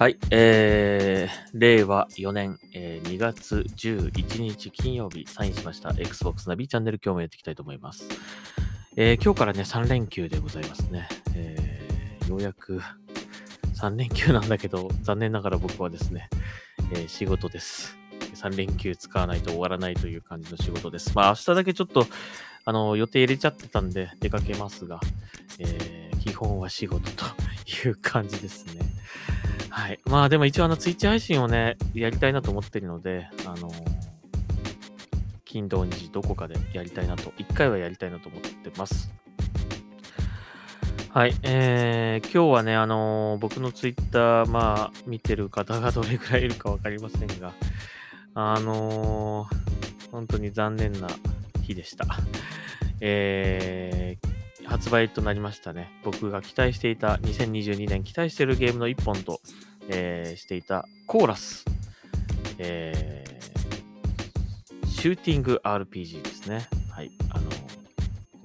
はい、令和4年、2月11日金曜日、サインしました Xbox ナビチャンネル、今日もやっていきたいと思います。今日からね、3連休でございますね。ようやく3連休なんだけど、残念ながら僕はですね、仕事です。3連休使わないと終わらないという感じの仕事です。まあ、明日だけちょっと、予定入れちゃってたんで出かけますが、基本は仕事という感じですね。はい。まあでも一応ツイッチ配信をね、やりたいなと思ってるので、金土日どこかでやりたいなと、一回はやりたいなと思ってます。はい。今日はね、僕のツイッター、まあ、見てる方がどれくらいいるかわかりませんが、本当に残念な日でした。発売となりましたね。僕が期待していた、2022年期待しているゲームの一本と、していたコーラス、シューティング RPG ですね。はい。こ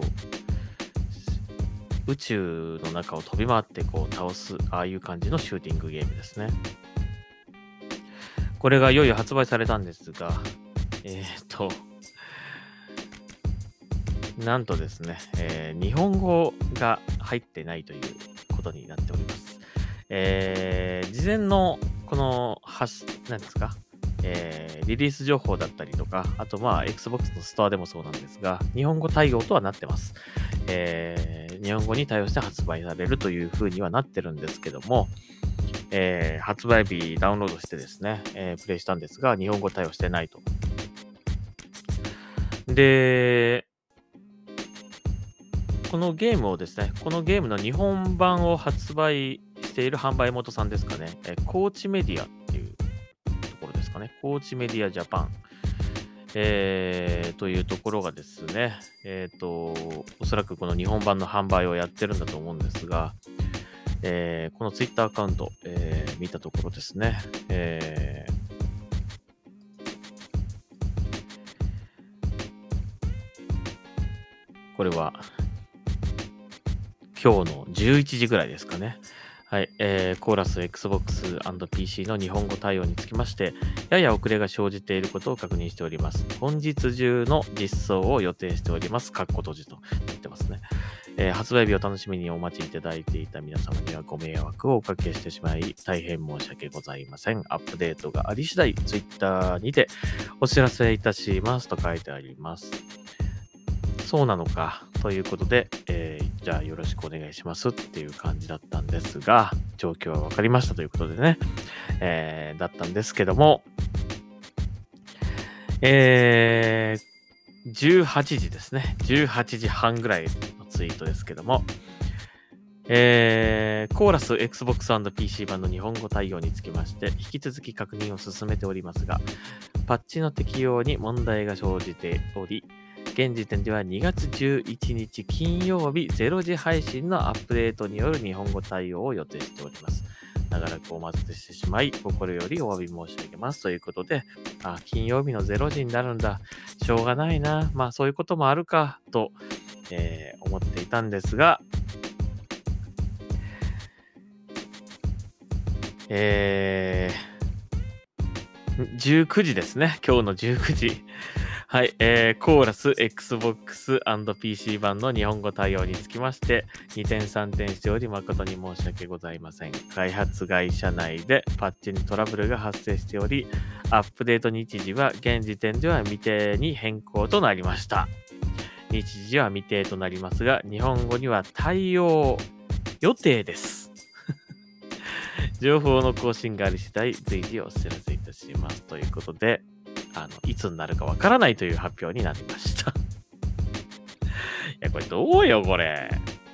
う宇宙の中を飛び回ってこう倒す、ああいう感じのシューティングゲームですね。これがいよいよ発売されたんですが、なんとですね、日本語が入ってないということになっております。事前のこのなんですか、リリース情報だったりとか、あとXbox のストアでもそうなんですが、日本語対応とはなってます。日本語に対応して発売されるという風にはなってるんですけども、発売日ダウンロードしてですね、プレイしたんですが、日本語対応してないと。で、このゲームをですね、このゲームの日本版を発売している販売元さんですかね、コーチメディアっていうところですかね、コーチメディアジャパン、というところがですね、おそらくこの日本版の販売をやってるんだと思うんですが、このツイッターアカウント、見たところですね、これは今日の11時ぐらいですかね。はい、コーラス Xbox &PC の日本語対応につきまして、やや遅れが生じていることを確認しております。本日中の実装を予定しております。閉じと言ってますね。発売日を楽しみにお待ちいただいていた皆様にはご迷惑をおかけしてしまい、大変申し訳ございません。アップデートがあり次第、Twitter にてお知らせいたしますと書いてあります。そうなのか。ということで、じゃあよろしくお願いしますっていう感じだったんですが、状況は分かりましたということでね、だったんですけども、18時ですね。18時半ぐらいのツイートですけども、コーラス Xbox &PC 版の日本語対応につきまして、引き続き確認を進めておりますが、パッチの適用に問題が生じており、現時点では2月11日金曜日0時配信のアップデートによる日本語対応を予定しております。長らくお待たせしてしまい、心よりお詫び申し上げますということで、金曜日の0時になるんだ。しょうがないな。まあそういうこともあるかと、思っていたんですが、19時ですね。今日の19時。はい、コーラス Xbox &PC 版の日本語対応につきまして、2点3点しており誠に申し訳ございません。開発会社内でパッチにトラブルが発生しており、アップデート日時は現時点では未定に変更となりました。日時は未定となりますが、日本語には対応予定です。情報の更新があり次第、随時お知らせいたします。ということで、いつになるかわからないという発表になりました。いや、これどうよ、これ。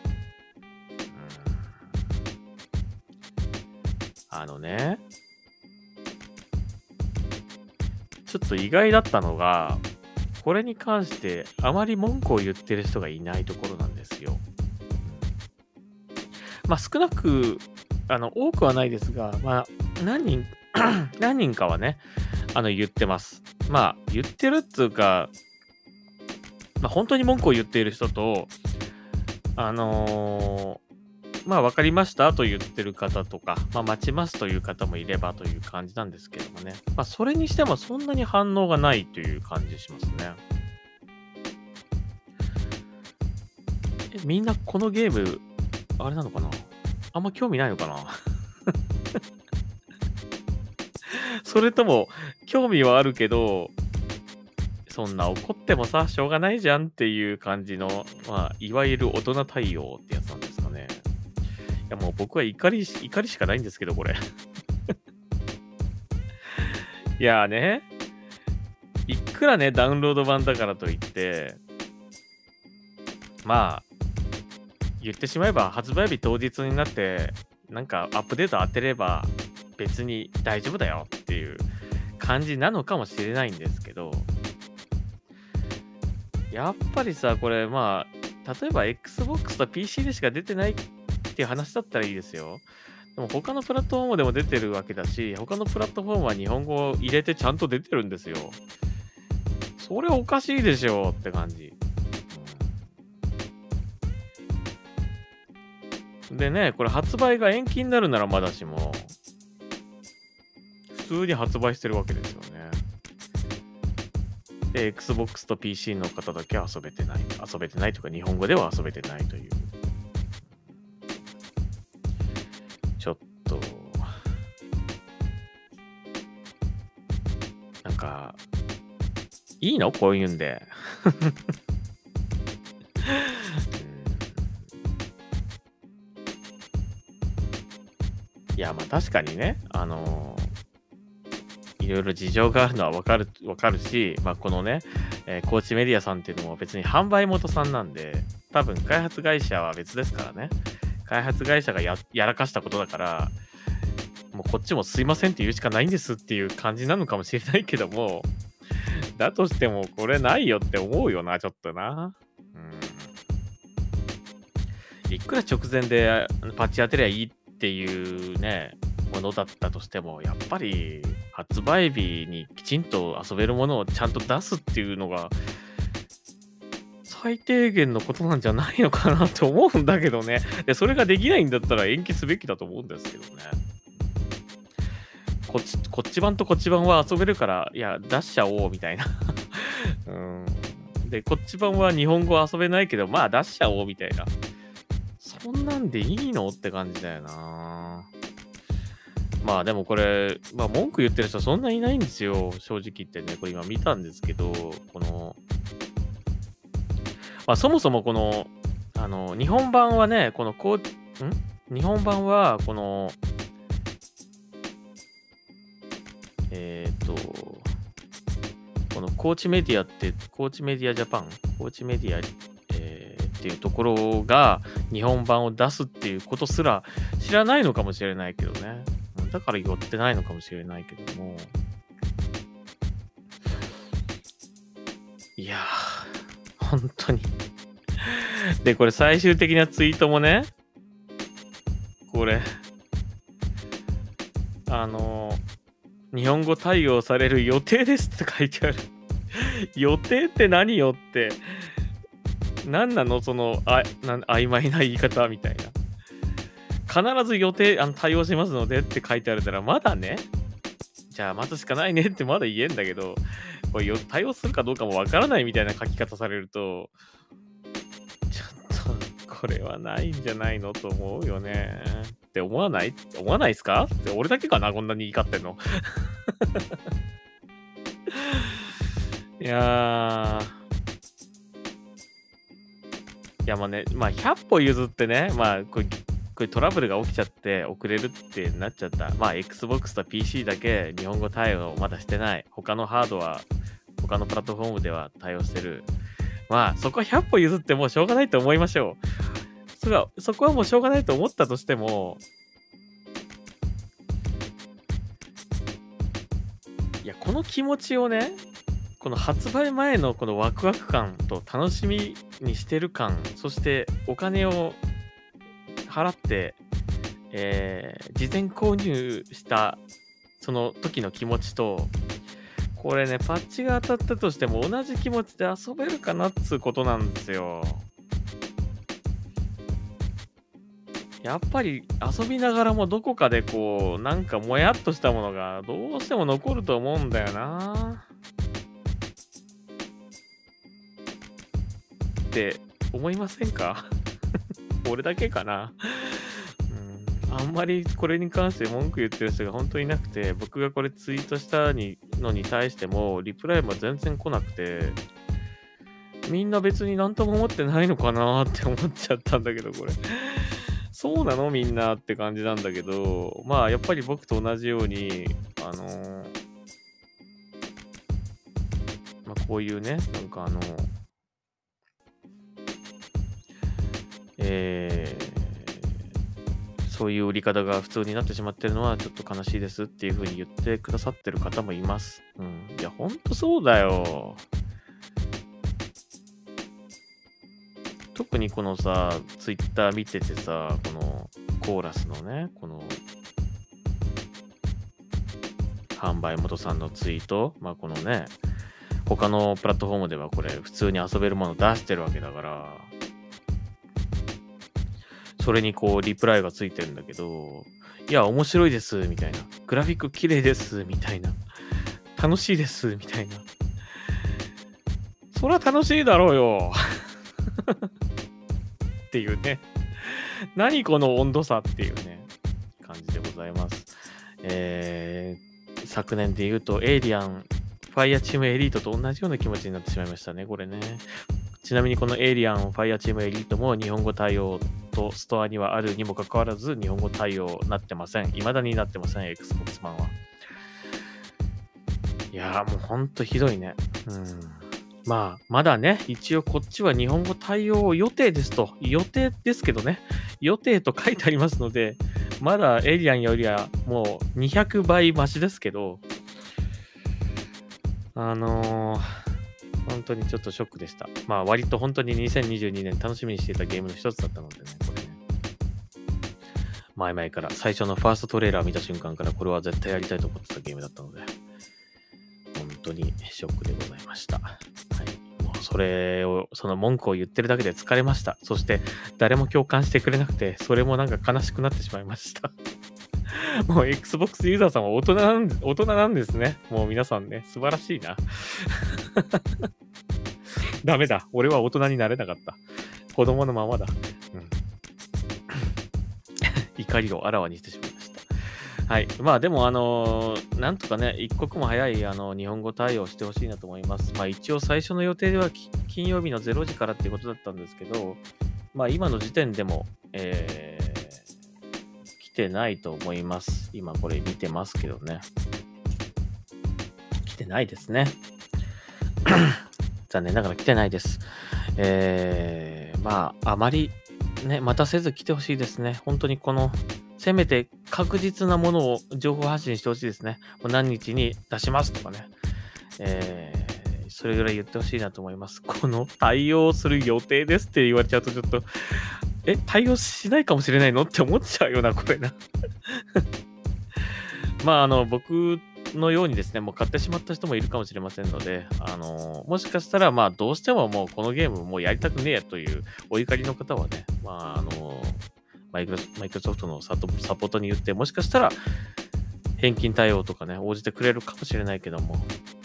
ちょっと意外だったのが、これに関してあまり文句を言ってる人がいないところなんですよ。少なく、多くはないですが、何人、何人かはね、言ってます。言ってるっていうか、本当に文句を言っている人と、 まあ分かりましたと言ってる方とか、まあ待ちますという方もいればという感じなんですけどもね。まあそれにしてもそんなに反応がないという感じしますね。みんなこのゲーム、あれなのかな、あんま興味ないのかなそれとも、興味はあるけど、そんな怒ってもさ、しょうがないじゃんっていう感じの、まあ、いわゆる大人対応ってやつなんですかね。いやもう僕は怒りしかないんですけど、これ。いやね、いくらね、ダウンロード版だからといって、まあ、言ってしまえば発売日当日になって、なんかアップデート当てれば別に大丈夫だよっていう感じなのかもしれないんですけど、やっぱりさ、これまあ、例えば Xbox と PC でしか出てないっていう話だったらいいですよ。でも他のプラットフォームでも出てるわけだし、他のプラットフォームは日本語を入れてちゃんと出てるんですよ。それおかしいでしょって感じ。でね、これ発売が延期になるならまだしも、普通に発売してるわけですよね。で、Xbox と PC の方だけ遊べてない。遊べてないというか、日本語では遊べてないという。ちょっと、なんか、いいのこういうんで。いや、まあ確かにね、いろいろ事情があるのはわかるし、まあこのね、コーチメディアさんっていうのも別に販売元さんなんで、多分開発会社は別ですからね。開発会社がやらかしたことだから、もうこっちもすいませんって言うしかないんですっていう感じなのかもしれないけども、だとしてもこれないよって思うよな、ちょっとな。いくら直前でパッチ当てりゃいいっていうね、ものだったとしても、やっぱり発売日にきちんと遊べるものをちゃんと出すっていうのが、最低限のことなんじゃないのかなと思うんだけどね。で、それができないんだったら延期すべきだと思うんですけどね。こっち版とこっち版は遊べるから、いや、出しちゃおうみたいな。で、こっち版は日本語遊べないけど、まあ出しちゃおうみたいな。そんなんでいいのって感じだよな。まあでもこれ、まあ文句言ってる人そんないないんですよ。正直言ってね。これ今見たんですけど、この、まあそもそもこの、日本版はね、この日本版は、この、このコーチメディアって、コーチメディアジャパン、コーチメディア、っていうところが日本版を出すっていうことすら知らないのかもしれないけどね。だから寄ってないのかもしれないけども。いやー、本当に。で、これ最終的なツイートもね、これ、日本語対応される予定ですって書いてある。予定って何よって。何なのその、曖昧な言い方みたいな。必ず予定、対応しますのでって書いてあるから、まだね、じゃあ待つしかないねってまだ言えんだけど、これ対応するかどうかもわからないみたいな書き方されると、ちょっと、これはないんじゃないのと思うよね。って思わないっすかって、俺だけかなこんなに怒ってんの。いやー。いや、まあね、まあ、100歩譲ってね、まあ、これトラブルが起きちゃって遅れるってなっちゃった。まあ、Xbox と PC だけ日本語対応まだしてない。他のハードは、他のプラットフォームでは対応してる。まあ、そこは100歩譲ってもうしょうがないと思いましょう。そこはもうしょうがないと思ったとしても、いや、この気持ちをね、この発売前のこのワクワク感と楽しみにしてる感、そしてお金を払って、事前購入したその時の気持ちと、これね、パッチが当たったとしても同じ気持ちで遊べるかなっつうことなんですよ。 やっぱり遊びながらもどこかでこう、なんかもやっとしたものがどうしても残ると思うんだよなって思いませんか？俺だけかな。あんまりこれに関して文句言ってる人が本当にいなくて、僕がこれツイートしたのに対しても、リプライも全然来なくて、みんな別になんとも思ってないのかなって思っちゃったんだけど、これ。そうなのみんなって感じなんだけど、まあやっぱり僕と同じように、あのーこういうね、なんかえそういう売り方が普通になってしまってるのはちょっと悲しいですっていう風に言ってくださってる方もいます。いや、ほんとそうだよ。特にこのさ、ツイッター見ててさ、このコーラスのね、この販売元さんのツイート、このね、他のプラットフォームではこれ普通に遊べるもの出してるわけだから、それにこうリプライがついてるんだけど、いや、面白いです、みたいな。グラフィック綺麗です、みたいな。楽しいです、みたいな。そりゃ楽しいだろうよ。っていうね。何この温度差っていうね、感じでございます。昨年で言うと、エイリアン、ファイアチームエリートと同じような気持ちになってしまいましたね、これね。ちなみにこのエイリアン、ファイアチームエリートも日本語対応とストアにはあるにもかかわらず、日本語対応なってません。未だになってません、Xbox 版は。いやーもうほんとひどいね。まだね、一応こっちは日本語対応予定ですと。予定ですけどね。予定と書いてありますので、まだエイリアンよりはもう200倍増しですけど、本当にちょっとショックでした。割と本当に2022年楽しみにしていたゲームの一つだったのでね、これね。前々から最初のファーストトレーラー見た瞬間からこれは絶対やりたいと思ってたゲームだったので、本当にショックでございました。はい。もうその文句を言ってるだけで疲れました。そして誰も共感してくれなくて、それもなんか悲しくなってしまいました。もう Xbox ユーザーさんは大人なんですね。もう皆さんね、素晴らしいな。ダメだ。俺は大人になれなかった。子供のままだ。怒りをあらわにしてしまいました。はい。でも、なんとかね、一刻も早い、日本語対応してほしいなと思います。一応最初の予定では金曜日の0時からっていうことだったんですけど、今の時点でも、来てないと思います。今これ見てますけどね。来てないですね。残念ながら来てないです。あまりね、待たせず来てほしいですね。本当にせめて確実なものを情報発信してほしいですね。もう何日に出しますとかね。それぐらい言ってほしいなと思います。この対応する予定ですって言われちゃうとちょっと、対応しないかもしれないのって思っちゃうよな、これな。僕のようにですね、もう買ってしまった人もいるかもしれませんので、もしかしたら、どうしてももうこのゲームもうやりたくねえというお怒りの方はね、マイクロソフトのサポートに言って、もしかしたら返金対応とかね、応じてくれるかもしれないけども、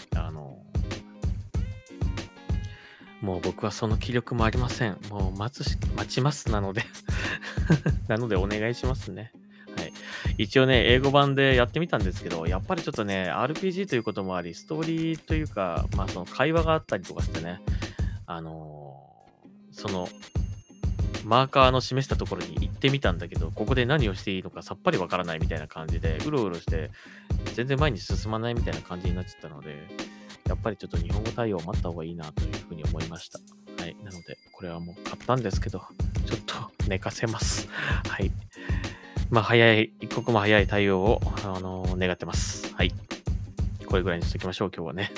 もう僕はその気力もありません。もう待ちますなのでなのでお願いしますね。はい。一応ね、英語版でやってみたんですけど、やっぱりちょっとね、RPG ということもあり、ストーリーというか、その会話があったりとかしてね、その、マーカーの示したところに行ってみたんだけど、ここで何をしていいのかさっぱりわからないみたいな感じで、うろうろして、全然前に進まないみたいな感じになっちゃったので、やっぱりちょっと日本語対応を待った方がいいなというふうに思いました。はい。なので、これはもう買ったんですけど、ちょっと寝かせます。はい。一刻も早い対応を、願ってます。はい。これぐらいにしときましょう、今日はね。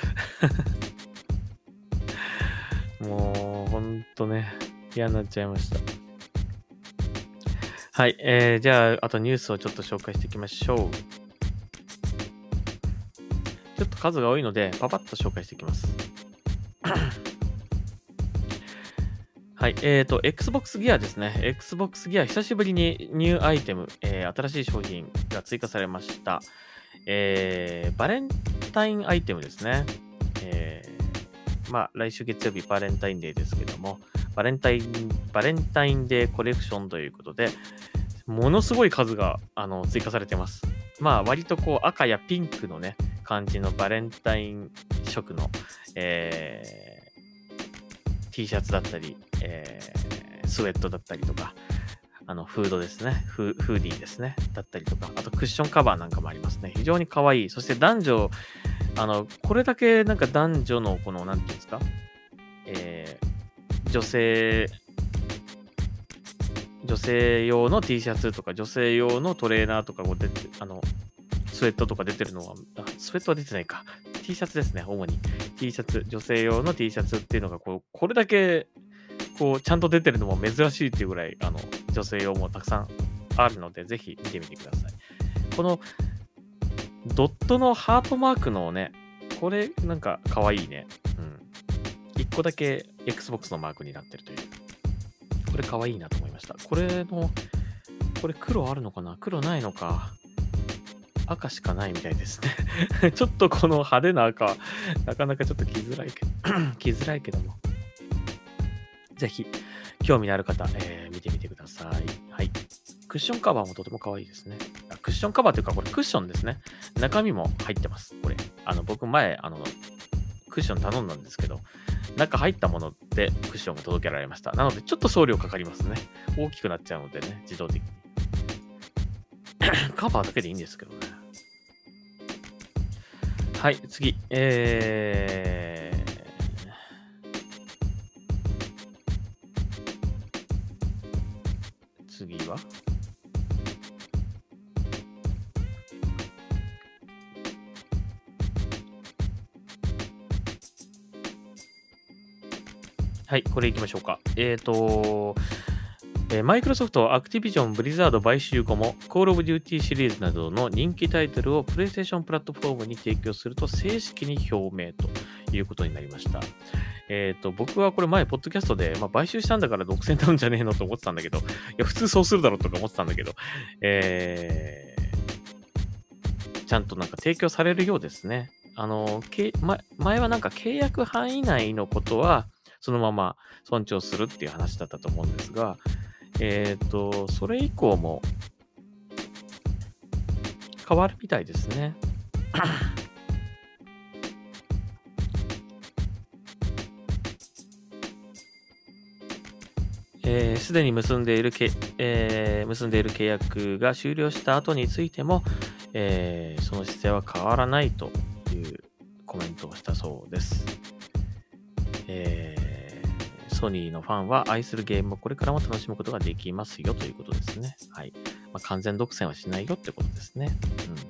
もう、ほんとね、嫌になっちゃいました。はい。じゃあ、あとニュースをちょっと紹介していきましょう。ちょっと数が多いので、パパッと紹介していきます。ははい。Xbox Gear ですね。Xbox Gear、久しぶりにニューアイテム、新しい商品が追加されました。バレンタインアイテムですね。来週月曜日バレンタインデーですけども、バレンタインデーコレクションということで、ものすごい数が追加されてます。割とこう赤やピンクのね、感じのバレンタイン色の、T シャツだったり、スウェットだったりとか、フードですね。フーディーですね。だったりとか、あとクッションカバーなんかもありますね。非常に可愛い。そして男女、これだけなんか男女のこの、なんていうんですか、女性用の T シャツとか、女性用のトレーナーとかこう出て、スウェットとか出てるのは、スウェットは出てないか。T シャツですね、主に。T シャツ、女性用の T シャツっていうのが、これだけ、ちゃんと出てるのも珍しいっていうぐらい、女性用もたくさんあるので、ぜひ見てみてください。この、ドットのハートマークのね、これなんか可愛いね。うん。一個だけ Xbox のマークになってるという。これ可愛いなと思いました。これ黒あるのかな？黒ないのか。赤しかないみたいですね。ちょっとこの派手な赤、なかなかちょっと着づらいけども。ぜひ、興味のある方、見てみてください。はい。クッションカバーもとても可愛いですね。クッションカバーというか、これクッションですね。中身も入ってます。これ。僕前、クッション頼んだんですけど、中入ったものでクッションが届けられました。なので、ちょっと送料かかりますね。大きくなっちゃうのでね、自動的に。カバーだけでいいんですけどね。はい、次。次ははい、これ行きましょうか。マイクロソフト、アクティビジョン、ブリザード買収後も、コールオブデューティーシリーズなどの人気タイトルをプレイステーションプラットフォームに提供すると正式に表明ということになりました。僕はこれ前、ポッドキャストで、買収したんだから独占なんじゃねえのと思ってたんだけど、いや、普通そうするだろうとか思ってたんだけど、ちゃんとなんか提供されるようですね。前はなんか契約範囲内のことは、そのまま尊重するっていう話だったと思うんですが、それ以降も変わるみたいですね。すでに結んでいる契約が終了した後についても、その姿勢は変わらないというコメントをしたそうです。ソニーのファンは愛するゲームをこれからも楽しむことができますよということですね。はい。完全独占はしないよってことですね。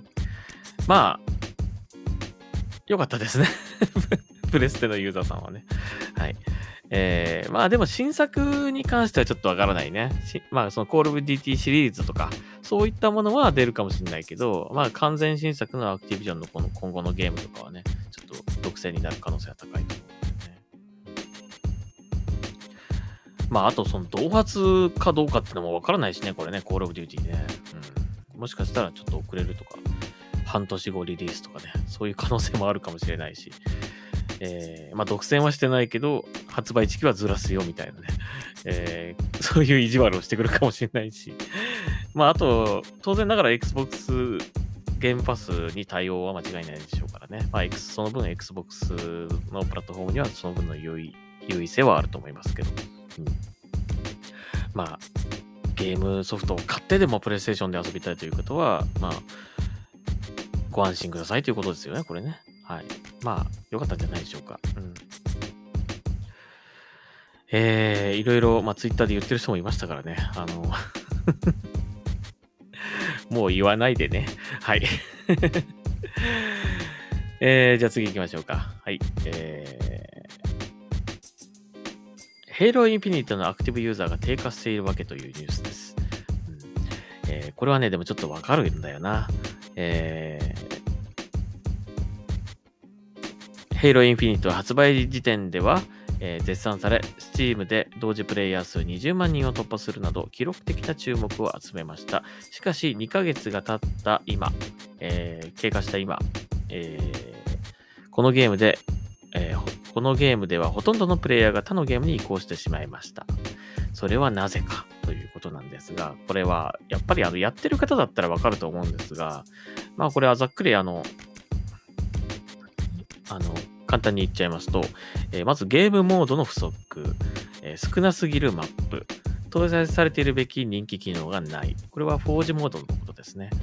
よかったですね。プレステのユーザーさんはね。はい。でも新作に関してはちょっとわからないね。そのコールオブデューティーシリーズとか、そういったものは出るかもしれないけど、完全新作のアクティビジョンの今後のゲームとかはね、ちょっと独占になる可能性は高いと思うんでね。あとその同発かどうかってのもわからないしね、これね、コールオブデューティーね。もしかしたらちょっと遅れるとか、半年後リリースとかね、そういう可能性もあるかもしれないし、独占はしてないけど、発売時期はずらすよみたいなね、そういう意地悪をしてくるかもしれないし、あと、当然ながら Xbox ゲームパスに対応は間違いないでしょうからね。その分 Xbox のプラットフォームにはその分の優位性はあると思いますけど。ゲームソフトを買ってでもプレイステーションで遊びたいということは、ご安心くださいということですよね、これね。はい。よかったんじゃないでしょうか。いろいろ、ツイッターで言ってる人もいましたからね。もう言わないでね。はい。じゃあ次行きましょうか。はい。Halo Infinite のアクティブユーザーが低下しているわけというニュースです。これはね、でもちょっとわかるんだよな。Halo Infinite は発売時点では、 絶賛され、Steam で同時プレイヤー数20万人を突破するなど、記録的な注目を集めました。しかし、2ヶ月が経った今、経過した今、このゲームで、このゲームではほとんどのプレイヤーが他のゲームに移行してしまいました。それはなぜかということなんですが、これはやっぱりやってる方だったらわかると思うんですが、まあこれはざっくり簡単に言っちゃいますと、まずゲームモードの不足、少なすぎるマップ、搭載されているべき人気機能がない。これはフォージモードのことですね。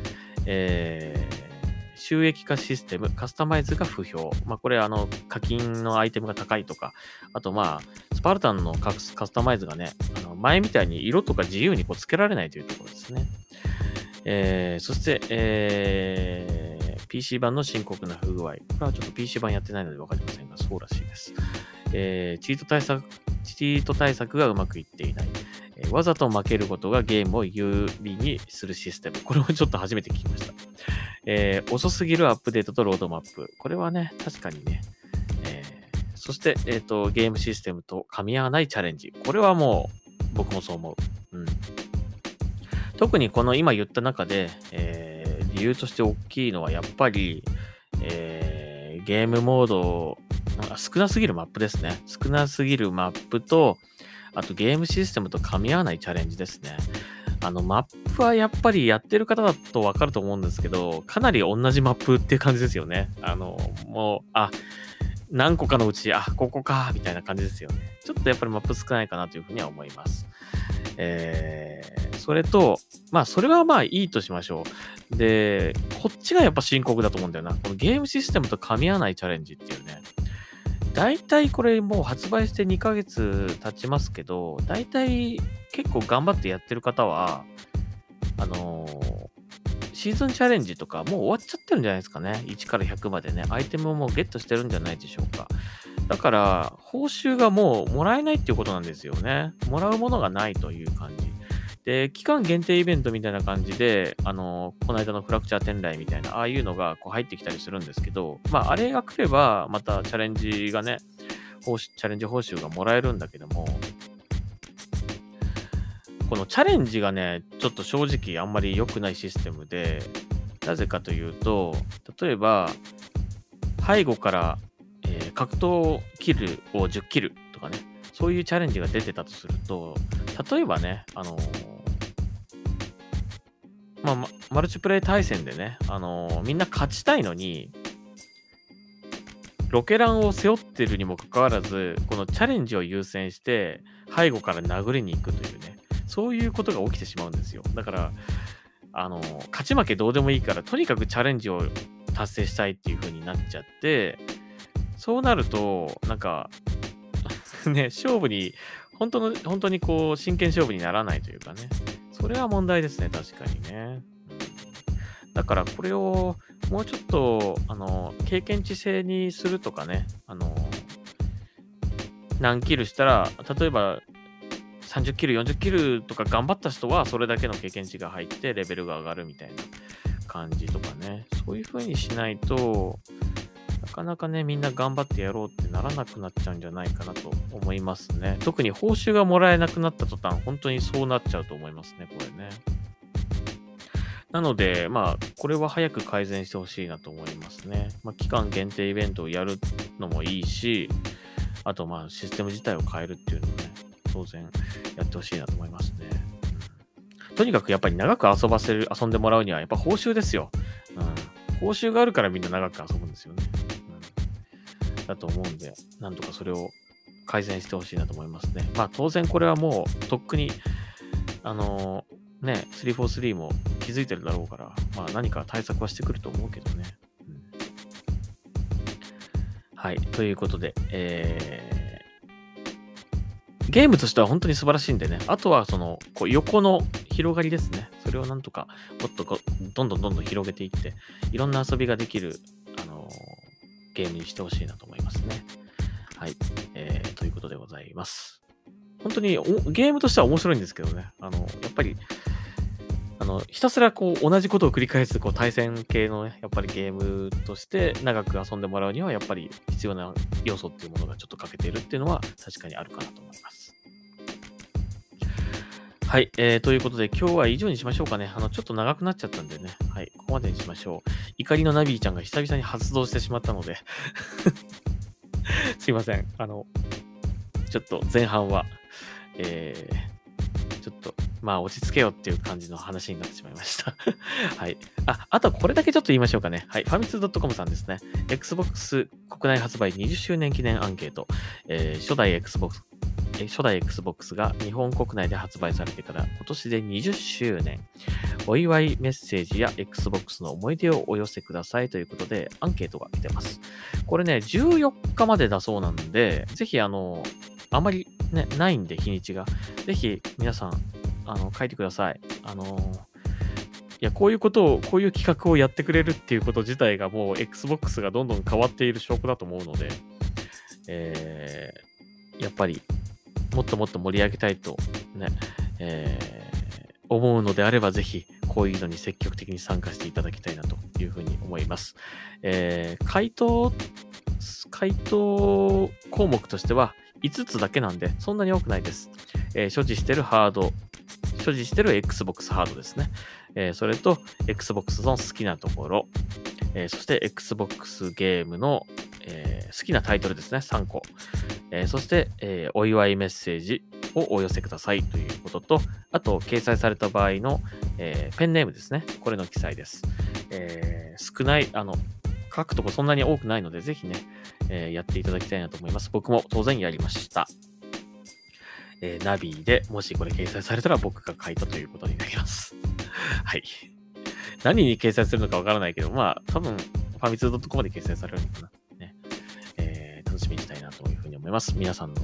収益化システム、カスタマイズが不評。まあ、これ課金のアイテムが高いとか、あとスパルタンのカスタマイズがね、前みたいに色とか自由につけられないというところですね。そして、PC 版の深刻な不具合。これはちょっと PC 版やってないのでわかりませんが、そうらしいです。チート対策がうまくいっていない。わざと負けることがゲームを有利にするシステム。これもちょっと初めて聞きました。遅すぎるアップデートとロードマップ。これはね、確かにね。そして、ゲームシステムと噛み合わないチャレンジ。これはもう、僕もそう思う。特にこの今言った中で、理由として大きいのはやっぱり、ゲームモード、少なすぎるマップですね。少なすぎるマップと、あとゲームシステムと噛み合わないチャレンジですね。マップはやっぱりやってる方だとわかると思うんですけど、かなり同じマップっていう感じですよね。何個かのうち、ここか、みたいな感じですよね。ちょっとやっぱりマップ少ないかなというふうには思います。それと、それはいいとしましょう。で、こっちがやっぱ深刻だと思うんだよな。このゲームシステムと噛み合わないチャレンジっていうね。大体これもう発売して2ヶ月経ちますけど、大体結構頑張ってやってる方は、シーズンチャレンジとかもう終わっちゃってるんじゃないですかね。1から100までね。アイテムをもうゲットしてるんじゃないでしょうか。だから、報酬がもうもらえないっていうことなんですよね。もらうものがないという感じ。で、期間限定イベントみたいな感じで、この間のフラクチャー天来みたいな、ああいうのが入ってきたりするんですけど、あれが来れば、またチャレンジがね、チャレンジ報酬がもらえるんだけども、このチャレンジがね、ちょっと正直あんまり良くないシステムで、なぜかというと、例えば、背後から、格闘キルを10キルとかね、そういうチャレンジが出てたとすると、例えばね、マルチプレイ対戦でね、みんな勝ちたいのに、ロケランを背負ってるにもかかわらず、このチャレンジを優先して、背後から殴りに行くというね、そういうことが起きてしまうんですよ。だから、勝ち負けどうでもいいから、とにかくチャレンジを達成したいっていう風になっちゃって、そうなると、なんか、ね、勝負に、本当に真剣勝負にならないというかね。それは問題ですね、確かにね。だからこれをもうちょっと、経験値制にするとかね、何キルしたら、例えば30キル、40キルとか頑張った人は、それだけの経験値が入ってレベルが上がるみたいな感じとかね。そういう風にしないと、なかなかね、みんな頑張ってやろうってならなくなっちゃうんじゃないかなと思いますね。特に報酬がもらえなくなった途端、本当にそうなっちゃうと思いますね、これね。なので、これは早く改善してほしいなと思いますね。期間限定イベントをやるのもいいし、あと、システム自体を変えるっていうのもね、当然やってほしいなと思いますね。とにかくやっぱり長く遊んでもらうには、やっぱ報酬ですよ。報酬があるからみんな長く遊ぶんですよね。だと思うんで、なんとかそれを改善してほしいなと思いますね。当然これはもう、とっくに、343も気づいてるだろうから、何か対策はしてくると思うけどね。はい。ということで、ゲームとしては本当に素晴らしいんでね。あとは、横の広がりですね。それをなんとか、もっとどんどん広げていって、いろんな遊びができる、ゲームにしてほしいなと思いますね。はい。ということでございます。本当にゲームとしては面白いんですけどね。やっぱり、 ひたすらこう同じことを繰り返すこう対戦系のね、やっぱりゲームとして長く遊んでもらうには、やっぱり必要な要素っていうものがちょっと欠けているっていうのは確かにあるかなと思います。はい、ということで今日は以上にしましょうかね。ちょっと長くなっちゃったんでね。はい、ここまでにしましょう。怒りのナビーちゃんが久々に発動してしまったのですいません。ちょっと前半は、ちょっと、まあ落ち着けよっていう感じの話になってしまいましたはい。あとこれだけちょっと言いましょうかね。はい。ファミツー .com さんですね。Xbox 国内発売20周年記念アンケート。初代 Xbox が日本国内で発売されてから今年で20周年。お祝いメッセージや Xbox の思い出をお寄せくださいということでアンケートが来てます。これね、14日までだそうなんで、ぜひあまりね、ないんで日にちが。ぜひ皆さん、書いてください。いや、こういう企画をやってくれるっていうこと自体がもう Xbox がどんどん変わっている証拠だと思うので、やっぱりもっともっと盛り上げたいとね、思うのであればぜひこういうのに積極的に参加していただきたいなというふうに思います。回答項目としては5つだけなんでそんなに多くないです。所持してる Xbox ハードですね。それと Xbox の好きなところ、そして Xbox ゲームの、好きなタイトルですね、3個。そして、お祝いメッセージをお寄せくださいということと、あと、掲載された場合の、ペンネームですね。これの記載です。少ない、書くとこそんなに多くないので、ぜひね、やっていただきたいなと思います。僕も当然やりました。ナビでもしこれ掲載されたら僕が書いたということになります。はい。何に掲載するのかわからないけど、まあ、多分、ファミツー .com で掲載されるのかな。ね。楽しみにしたいなというふうに思います。皆さんの、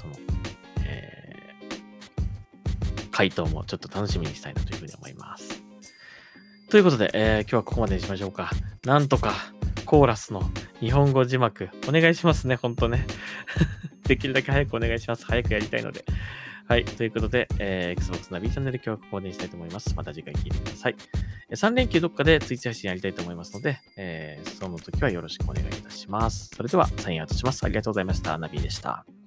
回答もちょっと楽しみにしたいなというふうに思います。ということで、今日はここまでにしましょうか。なんとか、コーラスの日本語字幕、お願いしますね、ほんとね。できるだけ早くお願いします。早くやりたいので。はい。ということで、Xbox ナビチャンネル今日はここまでにしたいと思います。また次回聞いてください。3連休どっかでツイッチ配信やりたいと思いますので、その時はよろしくお願いいたします。それでは、サインアウトします。ありがとうございました。ナビでした。